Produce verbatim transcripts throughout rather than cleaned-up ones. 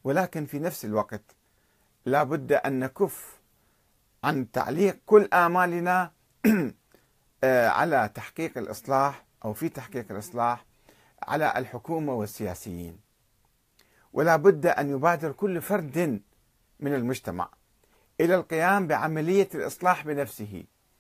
ولكن في نفس الوقت لا بد أن نكف عن تعليق كل آمالنا على تحقيق الإصلاح أو في تحقيق الإصلاح على الحكومة والسياسيين، ولا بد أن يبادر كل فرد من المجتمع إلى القيام بعملية الإصلاح بنفسه.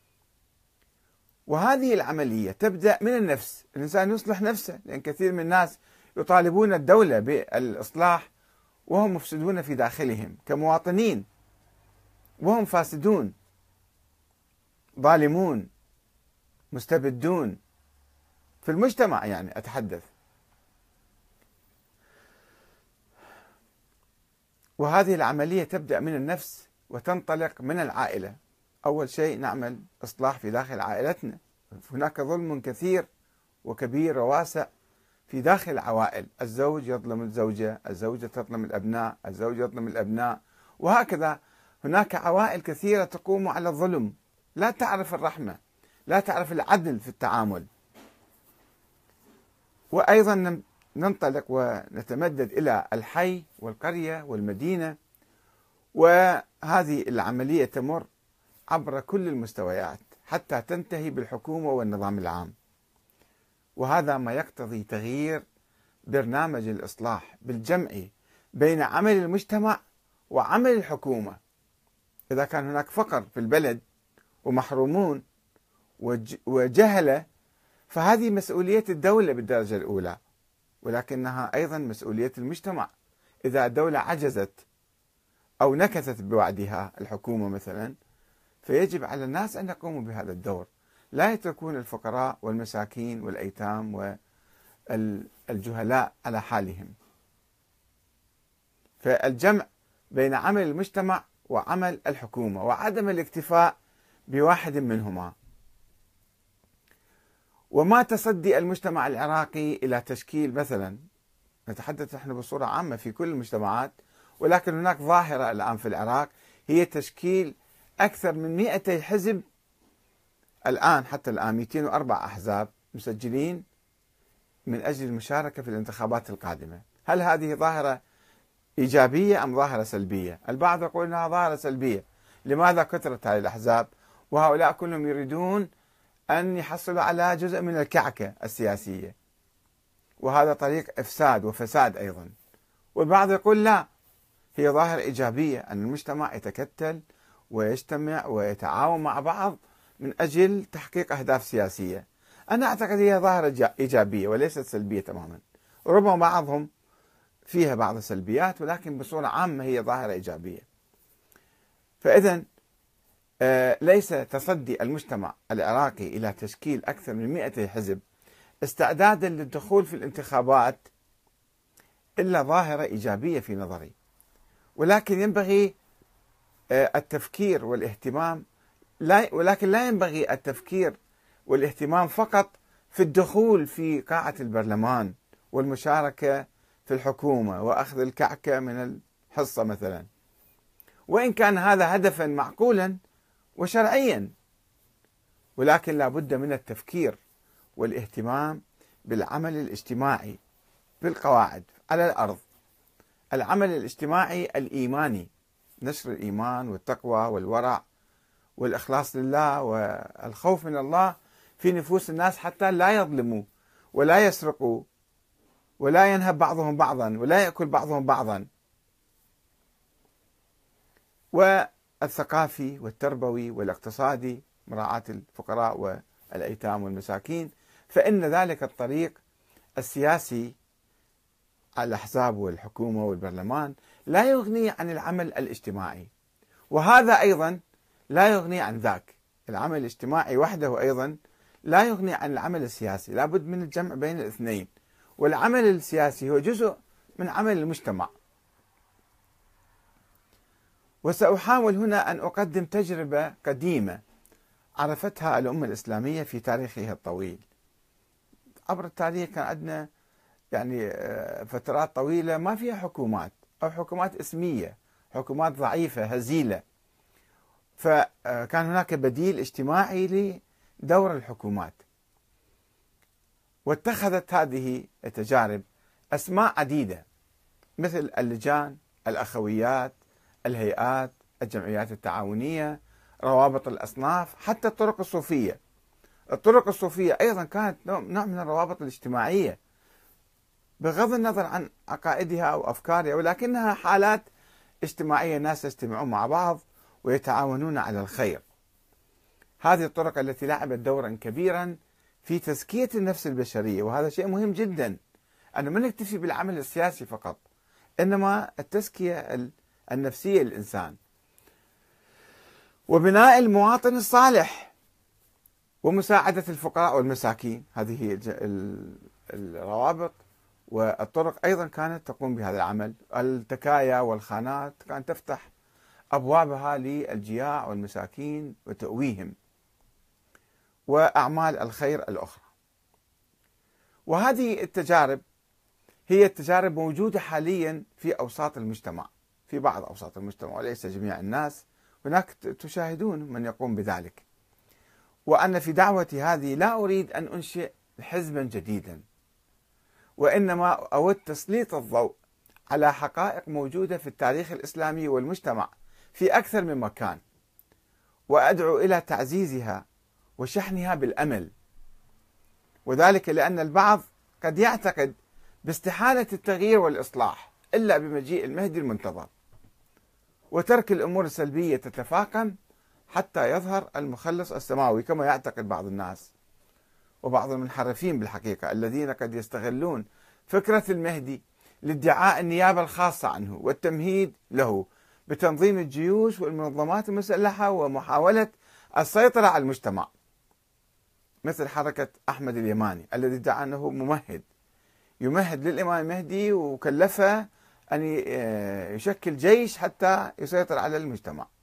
وهذه العملية تبدأ من النفس، الإنسان يصلح نفسه، لأن كثير من الناس يطالبون الدولة بالإصلاح وهم مفسدون في داخلهم كمواطنين، وهم فاسدون ظالمون مستبدون في المجتمع، يعني أتحدث. وهذه العملية تبدأ من النفس وتنطلق من العائلة. أول شيء نعمل إصلاح في داخل عائلتنا. هناك ظلم كثير وكبير وواسع في داخل العوائل، الزوج يظلم الزوجة، الزوجة تظلم الأبناء، الزوج يظلم الأبناء، وهكذا. هناك عوائل كثيرة تقوم على الظلم، لا تعرف الرحمة، لا تعرف العدل في التعامل. وأيضا ننطلق ونتمدد إلى الحي والقرية والمدينة، وهذه العملية تمر عبر كل المستويات حتى تنتهي بالحكومة والنظام العام. وهذا ما يقتضي تغيير برنامج الإصلاح بالجمع بين عمل المجتمع وعمل الحكومة. إذا كان هناك فقر في البلد ومحرومون وجهلة، فهذه مسؤولية الدولة بالدرجة الأولى، ولكنها أيضا مسؤولية المجتمع. إذا الدولة عجزت أو نكثت بوعدها، الحكومة مثلا، فيجب على الناس أن يقوموا بهذا الدور، لا يتركون الفقراء والمساكين والأيتام والجهلاء على حالهم. فالجمع بين عمل المجتمع وعمل الحكومة، وعدم الاكتفاء بواحد منهما. وما تصدي المجتمع العراقي إلى تشكيل، مثلا نتحدث نحن بصورة عامة في كل المجتمعات، ولكن هناك ظاهرة الآن في العراق هي تشكيل أكثر من مئتي حزب. الآن حتى الآن مئتين وأربعة أحزاب مسجلين من أجل المشاركة في الانتخابات القادمة. هل هذه ظاهرة إيجابية أم ظاهرة سلبية؟ البعض يقول أنها ظاهرة سلبية. لماذا كثرت هذه الأحزاب وهؤلاء كلهم يريدون أن يحصلوا على جزء من الكعكة السياسية، وهذا طريق إفساد وفساد أيضا. والبعض يقول لا، هي ظاهرة إيجابية، أن المجتمع يتكتل ويجتمع ويتعاون مع بعض من أجل تحقيق أهداف سياسية. أنا أعتقد هي ظاهرة إيجابية وليست سلبية تماما، ربما بعضهم فيها بعض السلبيات، ولكن بصورة عامة هي ظاهرة إيجابية. فإذا ليس تصدي المجتمع العراقي إلى تشكيل أكثر من مئة حزب استعدادا للدخول في الانتخابات إلا ظاهرة إيجابية في نظري. ولكن ينبغي التفكير والاهتمام، لا ولكن لا ينبغي التفكير والاهتمام فقط في الدخول في قاعة البرلمان والمشاركة في الحكومة وأخذ الكعكة من الحصة مثلا، وإن كان هذا هدفا معقولا وشرعيا، ولكن لا بد من التفكير والاهتمام بالعمل الاجتماعي بالقواعد على الأرض. العمل الاجتماعي الإيماني، نشر الإيمان والتقوى والورع والإخلاص لله والخوف من الله في نفوس الناس، حتى لا يظلموا ولا يسرقوا ولا ينهب بعضهم بعضا ولا يأكل بعضهم بعضا. والثقافي والتربوي والاقتصادي، مراعاة الفقراء والأيتام والمساكين. فإن ذلك الطريق السياسي على الأحزاب والحكومة والبرلمان لا يغني عن العمل الاجتماعي، وهذا أيضا لا يغني عن ذاك. العمل الاجتماعي وحده أيضا لا يغني عن العمل السياسي، لا بد من الجمع بين الاثنين. والعمل السياسي هو جزء من عمل المجتمع. وسأحاول هنا أن أقدم تجربة قديمة عرفتها الأمة الإسلامية في تاريخها الطويل. عبر التاريخ كان عندنا يعني فترات طويلة ما فيها حكومات، أو حكومات اسمية، حكومات ضعيفة هزيلة، فكان هناك بديل اجتماعي لدور الحكومات. واتخذت هذه التجارب أسماء عديدة، مثل اللجان الأخويات، الهيئات، الجمعيات التعاونية، روابط الأصناف، حتى الطرق الصوفية. الطرق الصوفية أيضا كانت نوع من الروابط الاجتماعية بغض النظر عن عقائدها أو أفكارها، ولكنها حالات اجتماعية، ناس يجتمعون مع بعض ويتعاونون على الخير. هذه الطرق التي لعبت دورا كبيرا في تزكية النفس البشرية، وهذا شيء مهم جدا، أنه ما نكتفي بالعمل السياسي فقط، إنما التزكية النفسية للإنسان، وبناء المواطن الصالح، ومساعدة الفقراء والمساكين. هذه هي الروابط والطرق أيضا كانت تقوم بهذا العمل. التكايا والخانات كانت تفتح أبوابها للجياع والمساكين وتأويهم، وأعمال الخير الأخرى. وهذه التجارب هي التجارب موجودة حاليا في أوساط المجتمع، في بعض أوساط المجتمع وليس جميع الناس، هناك تشاهدون من يقوم بذلك. وأنا في دعوتي هذه لا أريد أن أنشئ حزبا جديدا، وإنما أود تسليط الضوء على حقائق موجودة في التاريخ الإسلامي والمجتمع في أكثر من مكان، وأدعو إلى تعزيزها وشحنها بالأمل، وذلك لأن البعض قد يعتقد باستحالة التغيير والإصلاح إلا بمجيء المهدي المنتظر، وترك الأمور السلبية تتفاقم حتى يظهر المخلص السماوي كما يعتقد بعض الناس، وبعض المنحرفين بالحقيقة الذين قد يستغلون فكرة المهدي لادعاء النيابة الخاصة عنه والتمهيد له بتنظيم الجيوش والمنظمات المسلحة ومحاولة السيطرة على المجتمع، مثل حركة أحمد اليماني الذي ادعى أنه ممهد، يمهد للإمام المهدي وكلفه أن يشكل جيش حتى يسيطر على المجتمع.